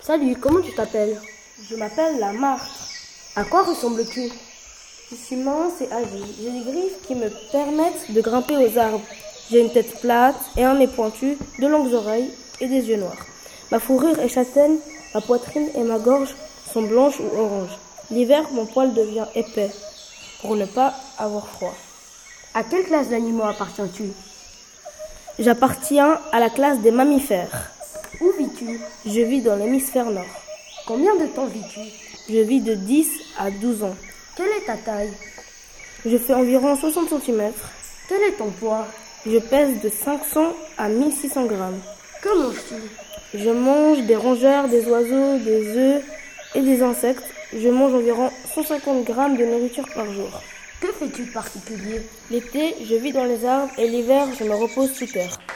Salut, comment tu t'appelles? Je m'appelle la martre. À quoi ressembles-tu? Je suis mince et agile. J'ai des griffes qui me permettent de grimper aux arbres. J'ai une tête plate et un nez pointu, de longues oreilles et des yeux noirs. Ma fourrure est châtaine, ma poitrine et ma gorge sont blanches ou oranges. L'hiver, mon poil devient épais pour ne pas avoir froid. À quelle classe d'animaux appartiens-tu? J'appartiens à la classe des mammifères. Où vis-tu? Je vis dans l'hémisphère nord. Combien de temps vis-tu? Je vis de 10 à 12 ans. Quelle est ta taille? Je fais environ 60 cm. Quel est ton poids? Je pèse de 500 à 1600 grammes. Que manges-tu? Je mange des rongeurs, des oiseaux, des œufs et des insectes. Je mange environ 150 grammes de nourriture par jour. Que fais-tu de particulier? L'été, je vis dans les arbres et l'hiver, je me repose sous terre.